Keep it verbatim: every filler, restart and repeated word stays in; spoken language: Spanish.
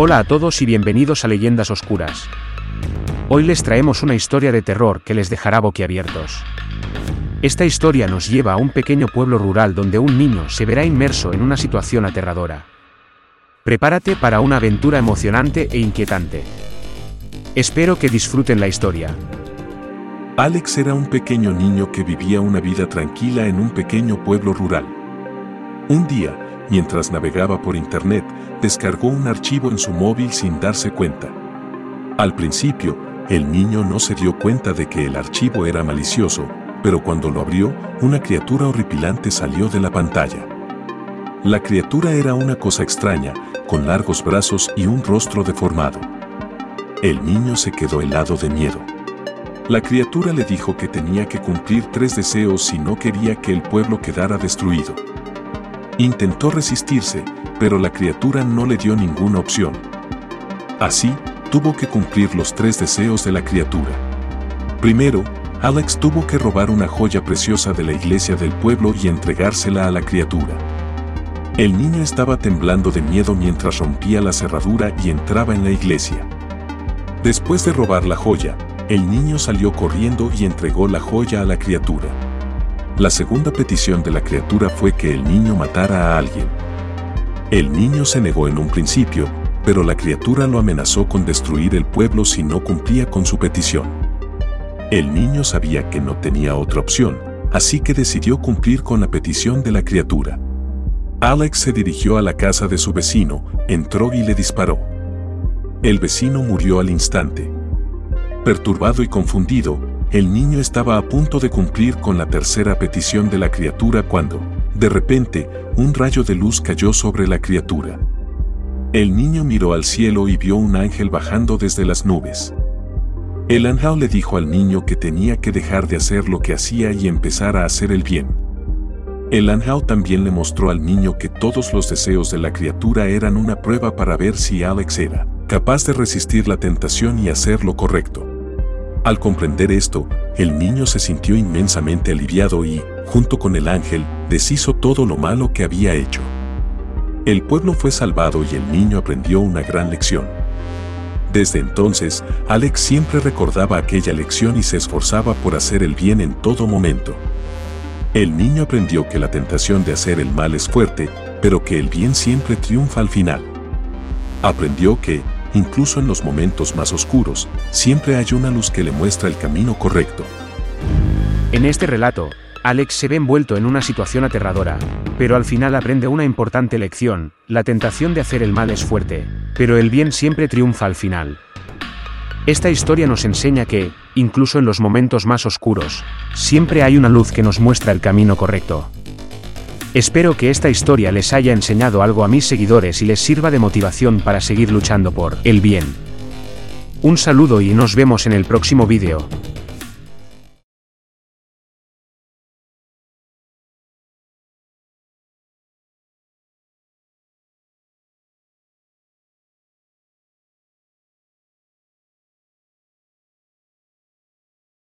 Hola a todos y bienvenidos a Leyendas Oscuras. Hoy les traemos una historia de terror que les dejará boquiabiertos. Esta historia nos lleva a un pequeño pueblo rural donde un niño se verá inmerso en una situación aterradora. Prepárate para una aventura emocionante e inquietante. Espero que disfruten la historia. Alex era un pequeño niño que vivía una vida tranquila en un pequeño pueblo rural. Un día, mientras navegaba por internet, descargó un archivo en su móvil sin darse cuenta. Al principio, el niño no se dio cuenta de que el archivo era malicioso, pero cuando lo abrió, una criatura horripilante salió de la pantalla. La criatura era una cosa extraña, con largos brazos y un rostro deformado. El niño se quedó helado de miedo. La criatura le dijo que tenía que cumplir tres deseos si no quería que el pueblo quedara destruido. Intentó resistirse, pero la criatura no le dio ninguna opción. Así, tuvo que cumplir los tres deseos de la criatura. Primero, Alex tuvo que robar una joya preciosa de la iglesia del pueblo y entregársela a la criatura. El niño estaba temblando de miedo mientras rompía la cerradura y entraba en la iglesia. Después de robar la joya, el niño salió corriendo y entregó la joya a la criatura. La segunda petición de la criatura fue que el niño matara a alguien. El niño se negó en un principio, pero la criatura lo amenazó con destruir el pueblo si no cumplía con su petición. El niño sabía que no tenía otra opción, así que decidió cumplir con la petición de la criatura. Alex se dirigió a la casa de su vecino, entró y le disparó. El vecino murió al instante. Perturbado y confundido, el niño estaba a punto de cumplir con la tercera petición de la criatura cuando, de repente, un rayo de luz cayó sobre la criatura. El niño miró al cielo y vio un ángel bajando desde las nubes. El ángel le dijo al niño que tenía que dejar de hacer lo que hacía y empezar a hacer el bien. El ángel también le mostró al niño que todos los deseos de la criatura eran una prueba para ver si Alex era capaz de resistir la tentación y hacer lo correcto. Al comprender esto, el niño se sintió inmensamente aliviado y, junto con el ángel, deshizo todo lo malo que había hecho. El pueblo fue salvado y el niño aprendió una gran lección. Desde entonces, Alex siempre recordaba aquella lección y se esforzaba por hacer el bien en todo momento. El niño aprendió que la tentación de hacer el mal es fuerte, pero que el bien siempre triunfa al final. Aprendió que, incluso en los momentos más oscuros, siempre hay una luz que le muestra el camino correcto. En este relato, Alex se ve envuelto en una situación aterradora, pero al final aprende una importante lección: la tentación de hacer el mal es fuerte, pero el bien siempre triunfa al final. Esta historia nos enseña que, incluso en los momentos más oscuros, siempre hay una luz que nos muestra el camino correcto. Espero que esta historia les haya enseñado algo a mis seguidores y les sirva de motivación para seguir luchando por el bien. Un saludo y nos vemos en el próximo vídeo.